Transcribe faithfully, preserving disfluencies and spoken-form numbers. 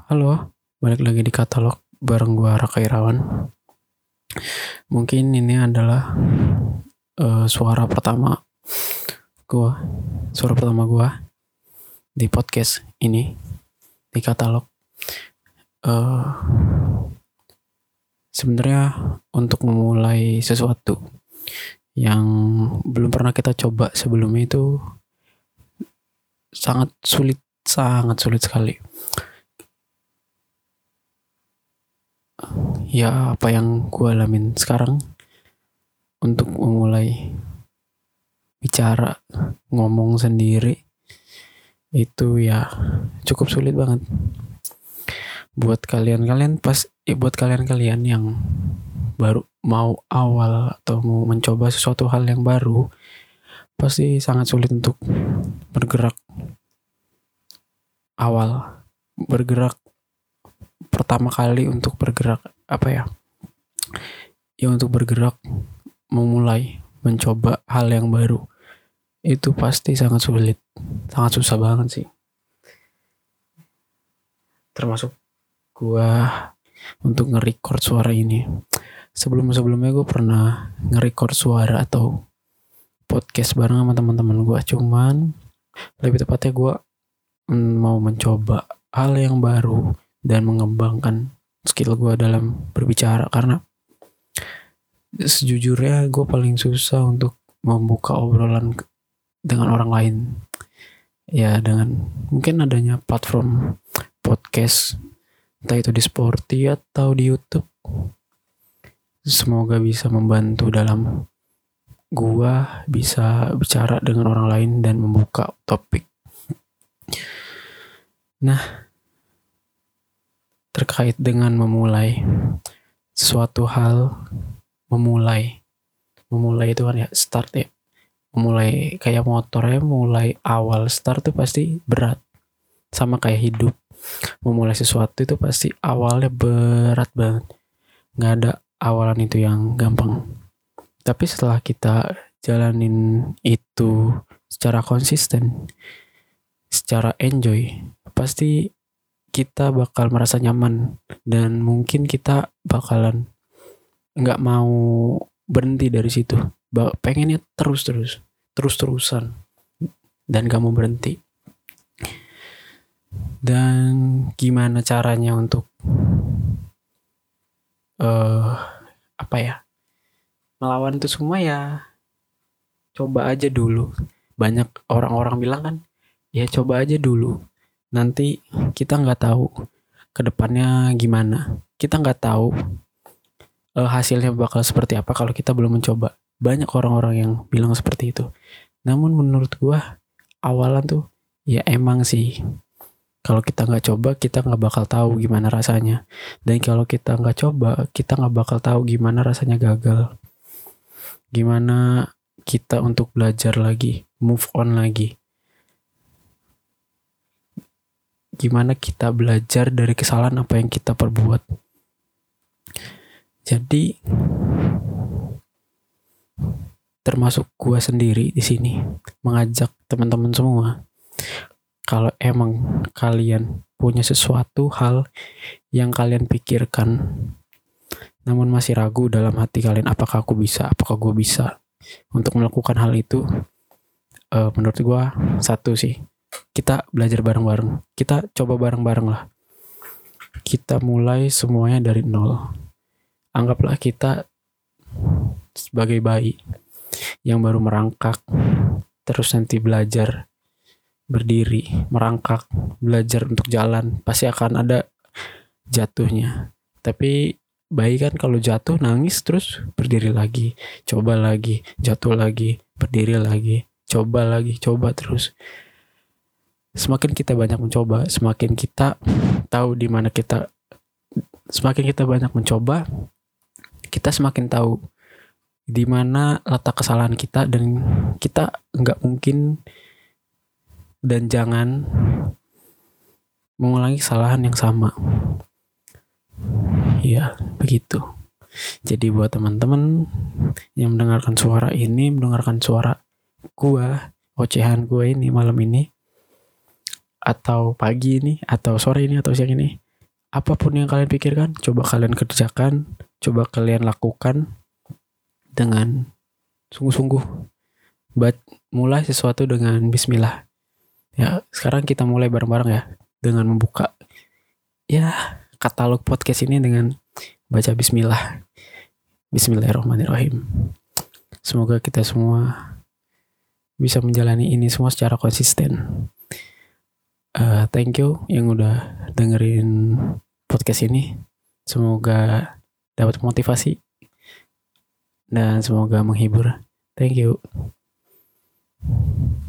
Halo, balik lagi di katalog bareng gua Raka Irawan. Mungkin ini adalah uh, suara pertama gua, suara pertama gua di podcast ini di katalog. Uh, Sebenarnya untuk memulai sesuatu yang belum pernah kita coba sebelumnya itu sangat sulit, sangat sulit sekali. Ya, apa yang gue alamin sekarang untuk memulai bicara, ngomong sendiri itu ya cukup sulit banget. Buat kalian-kalian pas eh, buat kalian-kalian yang baru mau awal atau mau mencoba sesuatu hal yang baru, pasti sangat sulit untuk bergerak awal, bergerak pertama kali untuk bergerak apa ya ya untuk bergerak memulai mencoba hal yang baru itu pasti sangat sulit, sangat susah banget sih. Termasuk gua untuk nge-record suara ini. Sebelum-sebelumnya gue pernah nge-record suara atau podcast bareng sama teman-teman gue, cuman lebih tepatnya gue mau mencoba hal yang baru dan mengembangkan skill gue dalam berbicara, karena sejujurnya gue paling susah untuk membuka obrolan dengan orang lain ya, dengan mungkin adanya platform podcast, entah itu di Sporty atau di YouTube. Semoga bisa membantu dalam gue bisa bicara dengan orang lain dan membuka topik. Nah, terkait dengan memulai suatu hal, memulai memulai itu kan ya start ya, memulai kayak motor ya, mulai awal start itu pasti berat, sama kayak hidup, memulai sesuatu itu pasti awalnya berat banget, nggak ada awalan itu yang gampang. Tapi setelah kita jalanin itu secara konsisten, secara enjoy, pasti kita bakal merasa nyaman dan mungkin kita bakalan nggak mau berhenti dari situ, pengennya terus terus terus terusan dan gak mau berhenti. Dan gimana caranya untuk uh, apa ya melawan itu semua? Ya coba aja dulu. Banyak orang-orang bilang kan, ya coba aja dulu, nanti kita nggak tahu kedepannya gimana, kita nggak tahu uh, hasilnya bakal seperti apa kalau kita belum mencoba. Banyak orang-orang yang bilang seperti itu. Namun menurut gua awalan tuh ya emang sih, kalau kita nggak coba kita nggak bakal tahu gimana rasanya, dan kalau kita nggak coba kita nggak bakal tahu gimana rasanya gagal, gimana kita untuk belajar lagi, move on lagi, gimana kita belajar dari kesalahan apa yang kita perbuat. Jadi termasuk gua sendiri di sini mengajak teman-teman semua, kalau emang kalian punya sesuatu hal yang kalian pikirkan namun masih ragu dalam hati kalian, apakah aku bisa, apakah gue bisa untuk melakukan hal itu, uh, menurut gue satu sih, kita belajar bareng-bareng, kita coba bareng-bareng lah, kita mulai semuanya dari nol. Anggaplah kita sebagai bayi yang baru merangkak, terus nanti belajar berdiri, merangkak, belajar untuk jalan, pasti akan ada jatuhnya. Tapi bayi kan kalau jatuh nangis terus berdiri lagi, coba lagi, jatuh lagi, berdiri lagi, coba lagi, coba terus. Semakin kita banyak mencoba, semakin kita tahu di mana kita, semakin kita banyak mencoba, kita semakin tahu di mana letak kesalahan kita, dan kita nggak mungkin dan jangan mengulangi kesalahan yang sama. Ya, begitu. Jadi buat teman-teman yang mendengarkan suara ini, mendengarkan suara gua, ocehan gua ini malam ini, atau pagi ini, atau sore ini, atau siang ini, apapun yang kalian pikirkan, coba kalian kerjakan, coba kalian lakukan dengan sungguh-sungguh. But mulai sesuatu dengan bismillah. Ya, sekarang kita mulai bareng-bareng ya dengan membuka ya katalog podcast ini dengan baca bismillah. Bismillahirrahmanirrahim. Semoga kita semua bisa menjalani ini semua secara konsisten. Uh, thank you yang udah dengerin podcast ini. Semoga dapat motivasi dan semoga menghibur. Thank you.